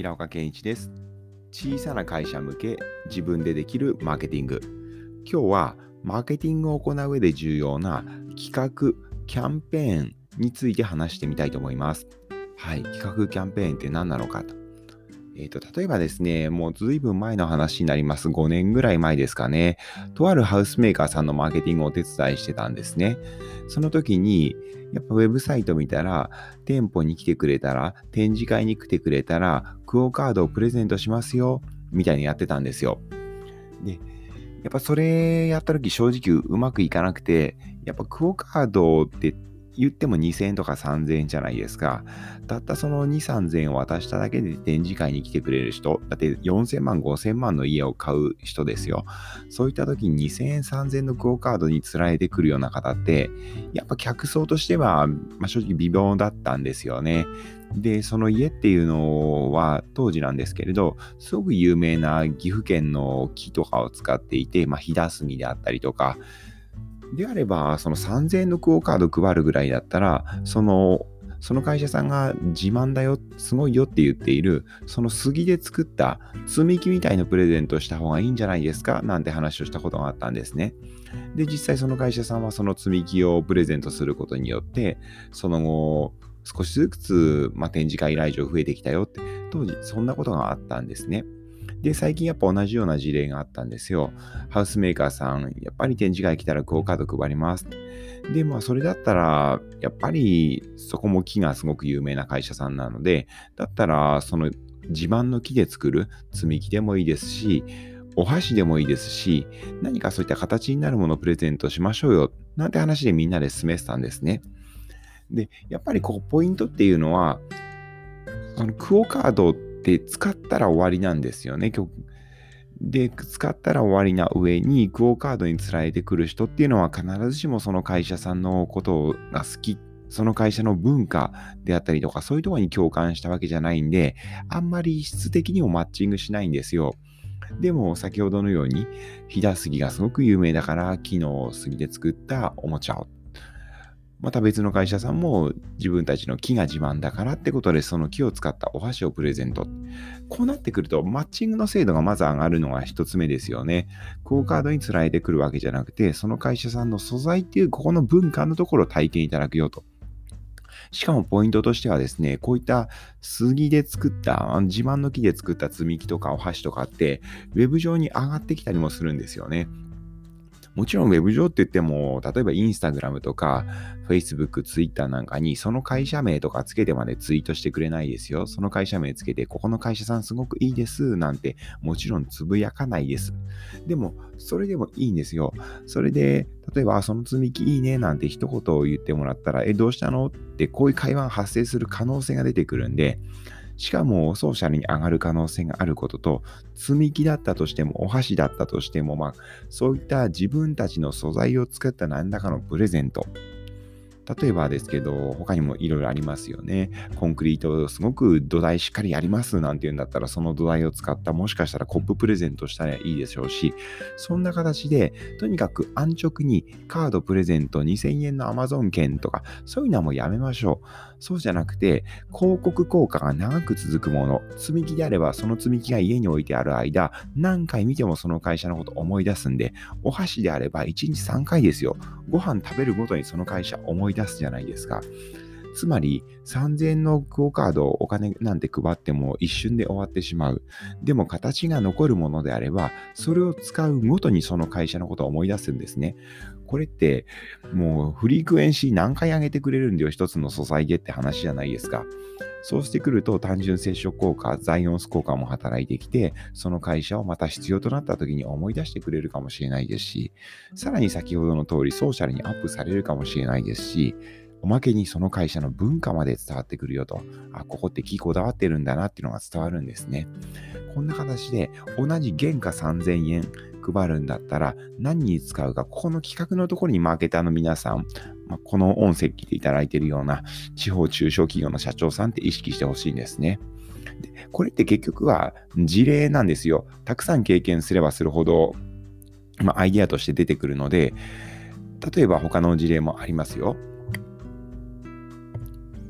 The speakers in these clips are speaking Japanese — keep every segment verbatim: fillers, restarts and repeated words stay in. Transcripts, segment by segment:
平岡健一です。小さな会社向け自分でできるマーケティング。今日はマーケティングを行う上で重要な企画、キャンペーンについて話してみたいと思います。はい、企画キャンペーンって何なのかと。えーと、例えばですね、もうずいぶん前の話になります。ごねんぐらい前ですかね。とあるハウスメーカーさんのマーケティングをお手伝いしてたんですね。その時に、やっぱウェブサイト見たら、店舗に来てくれたら、展示会に来てくれたら、クオカードをプレゼントしますよ、みたいにやってたんですよ。で、やっぱそれやった時正直うまくいかなくて、やっぱクオカードって言ってもにせんえんとかさんぜんえんじゃないですか。たったそのにせんさんぜんえんを渡しただけで展示会に来てくれる人、だってよんせんまん、ごせんまんの家を買う人ですよ。そういった時ににせんえん、さんぜんえんのクオカードにつられてくるような方って、やっぱ客層としては、まあ、正直微妙だったんですよね。で、その家っていうのは当時なんですけれど、すごく有名な岐阜県の木とかを使っていて、まあ、飛騨杉であったりとか、であれば、そのさんぜんえんのクオカード配るぐらいだったら、その、その会社さんが自慢だよ、すごいよって言っている、その杉で作った積み木みたいなプレゼントした方がいいんじゃないですかなんて話をしたことがあったんですね。で、実際その会社さんはその積み木をプレゼントすることによって、その後、少しずつ、まあ、展示会来場増えてきたよって、当時そんなことがあったんですね。で、最近やっぱ同じような事例があったんですよ。ハウスメーカーさん、やっぱり展示会来たらクオカード配ります。で、まあそれだったら、やっぱりそこも木がすごく有名な会社さんなので、だったらその自慢の木で作る積み木でもいいですし、お箸でもいいですし、何かそういった形になるものをプレゼントしましょうよ、なんて話でみんなで進めてたんですね。で、やっぱりここポイントっていうのは、そのクオカードって使ったら終わりなんですよね。で、使ったら終わりな上に、クオカードにつられてくる人っていうのは必ずしもその会社さんのことが好き、その会社の文化であったりとか、そういうところに共感したわけじゃないんで、あんまり質的にもマッチングしないんですよ。でも、先ほどのように、飛騨杉がすごく有名だから、木の杉で作ったおもちゃを。また別の会社さんも自分たちの木が自慢だからってことでその木を使ったお箸をプレゼント。こうなってくるとマッチングの精度がまず上がるのが一つ目ですよね。クオカードにつられてくるわけじゃなくて、その会社さんの素材っていうここの文化のところを体験いただくよと。しかもポイントとしてはですね、こういった杉で作った、自慢の木で作った積み木とかお箸とかって、ウェブ上に上がってきたりもするんですよね。もちろんウェブ上って言っても、例えばインスタグラムとか、Facebook、Twitter なんかにその会社名とかつけてまでツイートしてくれないですよ。その会社名つけて、ここの会社さんすごくいいですなんてもちろんつぶやかないです。でも、それでもいいんですよ。それで、例えば、その積み木いいねなんて一言を言ってもらったら、え、どうしたのってこういう会話が発生する可能性が出てくるんで、しかもソーシャルに上がる可能性があることと、積み木だったとしても、お箸だったとしても、まあ、そういった自分たちの素材を使った何らかのプレゼント。例えばですけど、他にもいろいろありますよね。コンクリートすごく土台しっかりありますなんて言うんだったら、その土台を使ったもしかしたらコッププレゼントしたらいいでしょうし、そんな形で、とにかく安直にカードプレゼントにせんえんの Amazon 券とか、そういうのはもうやめましょう。そうじゃなくて、広告効果が長く続くもの、積み木であれば、その積み木が家に置いてある間、何回見てもその会社のこと思い出すんで、お箸であればいちにちさんかいですよ。ご飯食べるごとにその会社思い出すじゃないですか。つまりさんぜんえんのクオカードをお金なんて配っても一瞬で終わってしまう。でも形が残るものであれば、それを使うごとにその会社のことを思い出すんですね。これってもうフリークエンシー何回上げてくれるんだよ、一つの素材でって話じゃないですか。そうしてくると単純接触効果、ザイオンス効果も働いてきて、その会社をまた必要となった時に思い出してくれるかもしれないですし、さらに先ほどの通りソーシャルにアップされるかもしれないですし、おまけにその会社の文化まで伝わってくるよと、あ、ここって木こだわってるんだなっていうのが伝わるんですね。こんな形で同じ原価さんぜんえん配るんだったら何に使うか、ここの企画のところにマーケターの皆さん、まあ、この音声聞いていただいているような地方中小企業の社長さんって意識してほしいんですね。で、これって結局は事例なんですよ。たくさん経験すればするほど、まあ、アイデアとして出てくるので、例えば他の事例もありますよ。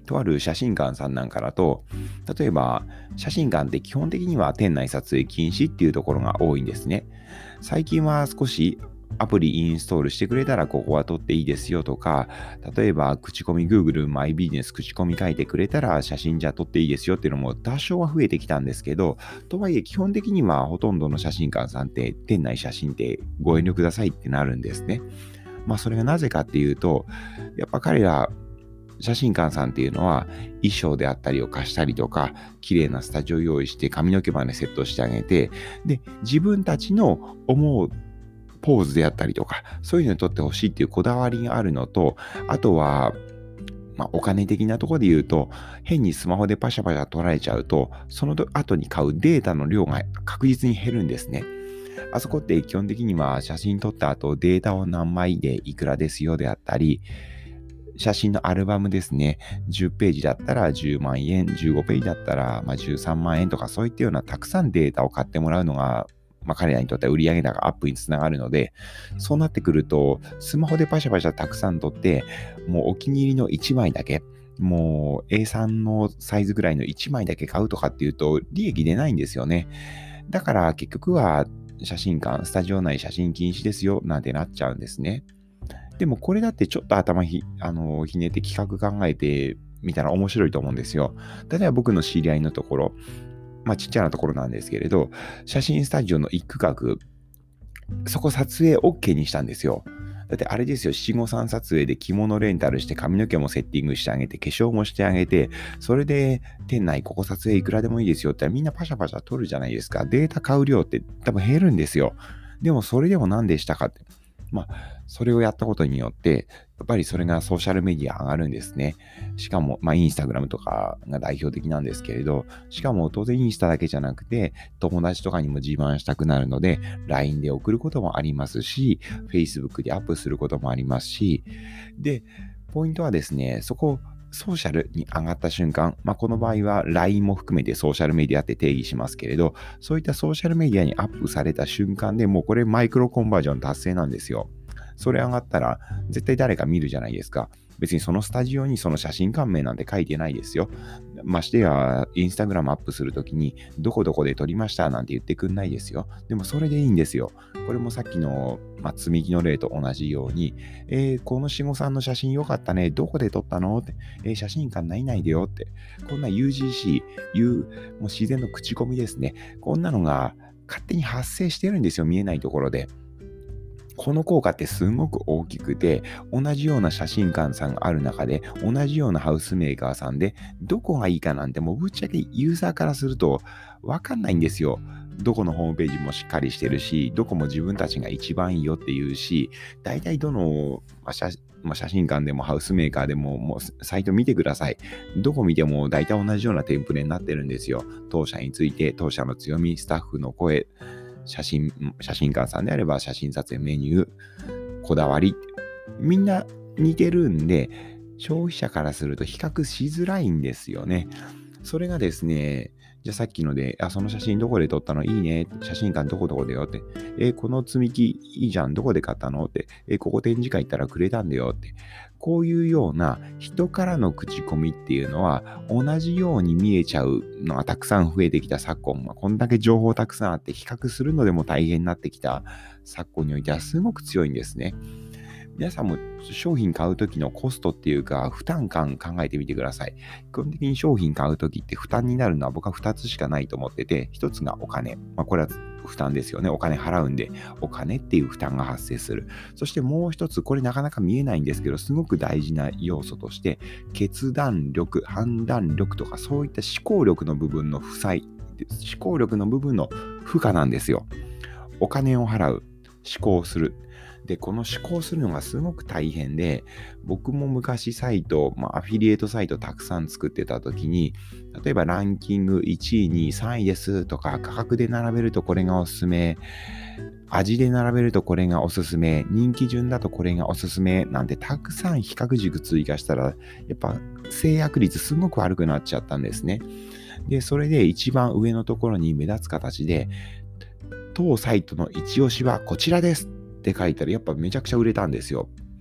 とある写真館さんなんかだと、例えば写真館って基本的には店内撮影禁止っていうところが多いんですね。最近は少しアプリインストールしてくれたらここは撮っていいですよとか、例えば口コミ Google マイビジネス口コミ書いてくれたら写真じゃ撮っていいですよっていうのも多少は増えてきたんですけど、とはいえ基本的にはほとんどの写真館さんって店内写真ってご遠慮くださいってなるんですね。まあそれがなぜかっていうと、やっぱ彼ら写真館さんっていうのは衣装であったりを貸したりとか、綺麗なスタジオを用意して髪の毛までセットしてあげて、で、自分たちの思うポーズであったりとか、そういうのに撮ってほしいっていうこだわりがあるのと、あとは、まあ、お金的なところで言うと、変にスマホでパシャパシャ撮られちゃうと、その後に買うデータの量が確実に減るんですね。あそこって基本的には写真撮った後データを何枚でいくらですよであったり、写真のアルバムですね。じゅうページだったらじゅうまんえん、じゅうごページだったらまあじゅうさんまんえんとかそういったようなたくさんデータを買ってもらうのが、まあ、彼らにとっては売上高アップにつながるので、そうなってくると、スマホでパシャパシャたくさん撮って、もうお気に入りのいちまいだけ、もう エースリー のサイズぐらいのいちまいだけ買うとかっていうと利益出ないんですよね。だから結局は写真館、スタジオ内写真禁止ですよなんてなっちゃうんですね。でもこれだってちょっと頭ひ、あの、ひねって企画考えてみたら面白いと思うんですよ。例えば僕の知り合いのところ、まあちっちゃなところなんですけれど、写真スタジオの一区画、そこ撮影 OK にしたんですよ。だってあれですよ、七五三撮影で着物レンタルして髪の毛もセッティングしてあげて、化粧もしてあげて、それで店内ここ撮影いくらでもいいですよってみんなパシャパシャ撮るじゃないですか。データ買う量って多分減るんですよ。でもそれでも何でしたかって。まあ、それをやったことによって、やっぱりそれがソーシャルメディア上がるんですね。しかも、まあ、インスタグラムとかが代表的なんですけれど、しかも当然インスタだけじゃなくて、友達とかにも自慢したくなるので、ライン で送ることもありますし、Facebook でアップすることもありますし、で、ポイントはですね、そこ、ソーシャルに上がった瞬間、まあ、この場合は ライン も含めてソーシャルメディアって定義しますけれど、そういったソーシャルメディアにアップされた瞬間でもうこれマイクロコンバージョン達成なんですよ。それ上がったら絶対誰か見るじゃないですか。別にそのスタジオにその写真館名なんて書いてないですよ。ましてや、インスタグラムアップするときに、どこどこで撮りましたなんて言ってくんないですよ。でもそれでいいんですよ。これもさっきの、まあ、積み木の例と同じように、えー、このしごさんの写真よかったね。どこで撮ったのって、えー、写真館ないないでよって。こんな ユージーシー、U、もう自然の口コミですね。こんなのが勝手に発生してるんですよ。見えないところで。この効果ってすごく大きくて、同じような写真館さんがある中で、同じようなハウスメーカーさんで、どこがいいかなんてもうぶっちゃけユーザーからするとわかんないんですよ。どこのホームページもしっかりしてるし、どこも自分たちが一番いいよっていうし、大体どの、まあ、写まあ、写真館でもハウスメーカーでも、もうサイト見てください。どこ見ても大体同じようなテンプレになってるんですよ。当社について、当社の強み、スタッフの声、写真、写真館さんであれば写真撮影メニュー、こだわり、みんな似てるんで、消費者からすると比較しづらいんですよね。それがですね、じゃあさっきので、あ、その写真どこで撮ったのいいね。写真館どこどこでよって。え、この積み木いいじゃん。どこで買ったのって。え、ここ展示会行ったらくれたんだよって。こういうような人からの口コミっていうのは同じように見えちゃうのがたくさん増えてきた昨今、まあ、こんだけ情報たくさんあって比較するのでも大変になってきた昨今においてはすごく強いんですね。皆さんも商品買うときのコストっていうか負担感考えてみてください。基本的に商品買うときって負担になるのは僕はふたつしかないと思ってて、ひとつがお金。まあ、これは負担ですよね。お金払うんで、お金っていう負担が発生する。そしてもう一つ、これなかなか見えないんですけど、すごく大事な要素として、決断力、判断力とかそういった思考力の部分の負債、思考力の部分の負荷なんですよ。お金を払う、思考する。で、この思考するのがすごく大変で、僕も昔サイト、まあ、アフィリエイトサイトたくさん作ってた時に、例えばランキングいちい、にい、さんいですとか、価格で並べるとこれがおすすめ、味で並べるとこれがおすすめ、人気順だとこれがおすすめなんてたくさん比較軸追加したら、やっぱ制約率すごく悪くなっちゃったんですね。で、それで一番上のところに目立つ形で、当サイトの一押しはこちらですって書いたらやっぱめちゃくちゃ売れたんですよ。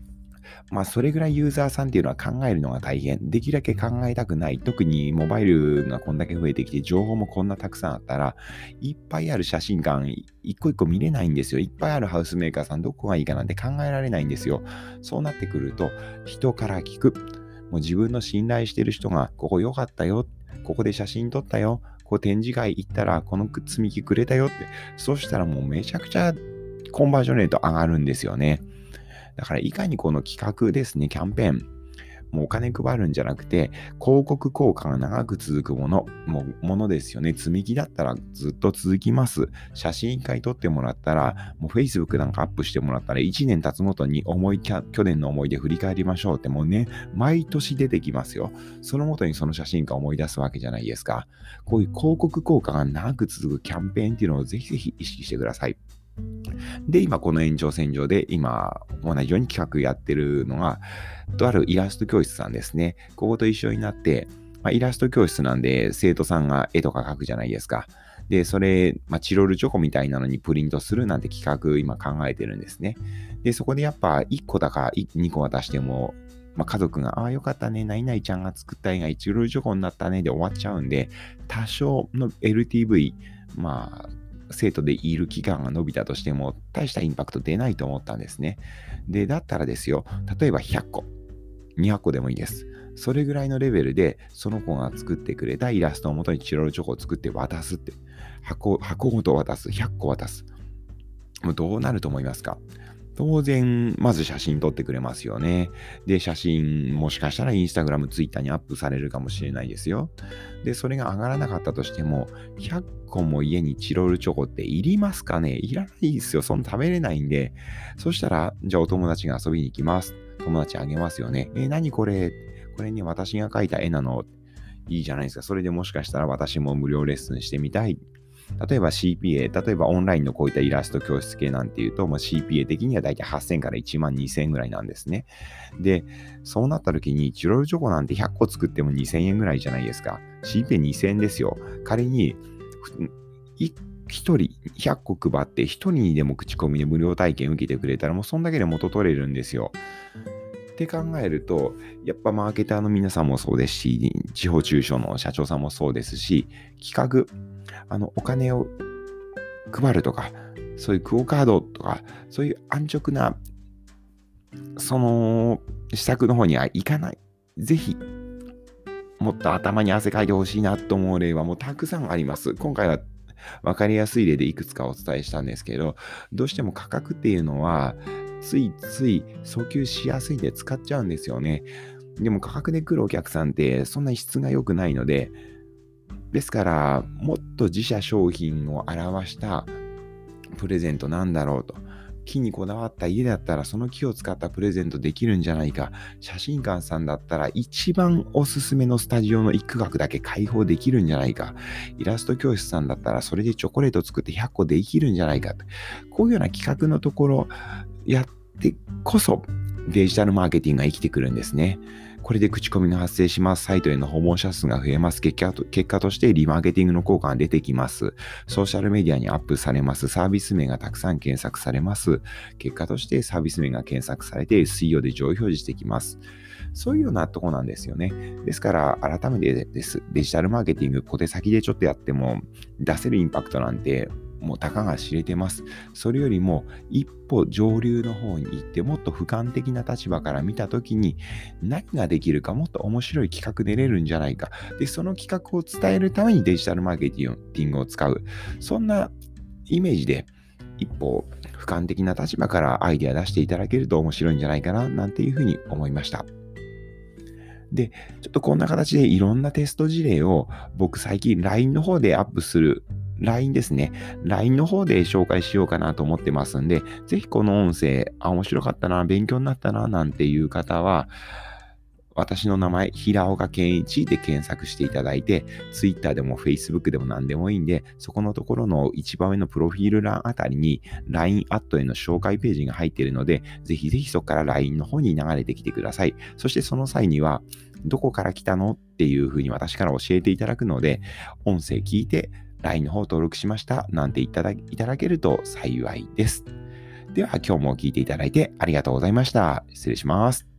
まあ、それぐらいユーザーさんっていうのは考えるのが大変。できるだけ考えたくない。特にモバイルがこんだけ増えてきて、情報もこんなたくさんあったら、いっぱいある写真館、一個一個見れないんですよ。いっぱいあるハウスメーカーさん、どこがいいかなんて考えられないんですよ。そうなってくると、人から聞く。もう自分の信頼してる人が、ここ良かったよ。ここで写真撮ったよ。こう展示会行ったら、この積み木くれたよって。そしたらもうめちゃくちゃコンバージョンレート上がるんですよね。だからいかにこの企画ですね、キャンペーン、もうお金配るんじゃなくて、広告効果が長く続くもの、もうものですよね。積み木だったらずっと続きます。写真一回撮ってもらったら、もう Facebook なんかアップしてもらったらいちねん経つごとに思い、去年の思い出振り返りましょうってもうね、毎年出てきますよ。そのごとにその写真館を思い出すわけじゃないですか。こういう広告効果が長く続くキャンペーンっていうのをぜひぜひ意識してください。で、今この延長線上で今同じように企画やってるのが、とあるイラスト教室さんですね。ここと一緒になって、まあ、イラスト教室なんで生徒さんが絵とか描くじゃないですか。で、それ、まあ、チロルチョコみたいなのにプリントするなんて企画今考えてるんですね。で、そこでやっぱいっこだかにこ渡しても、まあ、家族が、ああ、よかったね、ナイナイちゃんが作った絵がチロルチョコになったねで終わっちゃうんで、多少の エルティーブイ、まあ、生徒でいる期間が伸びたとしても、大したインパクト出ないと思ったんですね。で、だったらですよ、例えばひゃっこ、にひゃっこでもいいです。それぐらいのレベルで、その子が作ってくれたイラストをもとにチロルチョコを作って渡すって。箱、箱ごと渡す。ひゃっこ渡す。もうどうなると思いますか？当然、まず写真撮ってくれますよね。で、写真、もしかしたらインスタグラム、ツイッターにアップされるかもしれないですよ。で、それが上がらなかったとしても、ひゃっこも家にチロルチョコっていりますかね？いらないですよ。そんな食べれないんで。そしたら、じゃあお友達が遊びに行きます。友達あげますよね。え、何これ？これね、私が描いた絵なの。いいじゃないですか。それでもしかしたら私も無料レッスンしてみたい。例えば シーピーエー、例えばオンラインのこういったイラスト教室系なんていうと、まあ、シーピーエー 的にはだいたいはっせんからいちまんにせんえんぐらいなんですね。で、そうなった時にチロルチョコなんてひゃっこ作ってもにせんえんぐらいじゃないですか。シーピーエーにせんえんですよ。仮にひとりひゃっこ配ってひとりにでも口コミで無料体験受けてくれたらもうそんだけで元取れるんですよ。って考えると、やっぱマーケターの皆さんもそうですし、地方中小の社長さんもそうですし、企画、あの、お金を配るとか、そういうクオカードとか、そういう安直な、その、施策の方にはいかない。ぜひ、もっと頭に汗かいてほしいなと思う例はもうたくさんあります。今回は分かりやすい例でいくつかお伝えしたんですけど、どうしても価格っていうのは、ついつい訴求しやすいんで使っちゃうんですよね。でも価格で来るお客さんってそんな質が良くないので、ですからもっと自社商品を表したプレゼントなんだろうと。木にこだわった家だったらその木を使ったプレゼントできるんじゃないか。写真館さんだったら一番おすすめのスタジオの一区画だけ開放できるんじゃないか。イラスト教室さんだったらそれでチョコレート作ってひゃっこできるんじゃないか。こういうような企画のところやってこそデジタルマーケティングが生きてくるんですね。これで口コミが発生します。サイトへの訪問者数が増えます。結果と、結果としてリマーケティングの効果が出てきます。ソーシャルメディアにアップされます。サービス名がたくさん検索されます。結果としてサービス名が検索されて エスイーオー で上位表示してきます。そういうようなとこなんですよね。ですから改めてです。デジタルマーケティング小手先でちょっとやっても出せるインパクトなんてもうたかが知れてます。それよりも一歩上流の方に行ってもっと俯瞰的な立場から見たときに何ができるかもっと面白い企画練れるんじゃないか。で、その企画を伝えるためにデジタルマーケティングを使う。そんなイメージで一歩俯瞰的な立場からアイデア出していただけると面白いんじゃないかななんていうふうに思いました。で、ちょっとこんな形でいろんなテスト事例を僕最近 ライン の方でアップするライン ですね。ライン の方で紹介しようかなと思ってますんで、ぜひこの音声、あ、面白かったな、勉強になったな、なんていう方は、私の名前、平岡健一で検索していただいて、Twitter でも Facebook でも何でもいいんで、そこのところの一番上のプロフィール欄あたりに ライン アットへの紹介ページが入っているので、ぜひぜひそこから ライン の方に流れてきてください。そしてその際には、どこから来たのっていうふうに私から教えていただくので、音声聞いて、ライン の方登録しましたなんていただいただけると幸いです。 では今日も聞いていただいてありがとうございました。失礼します。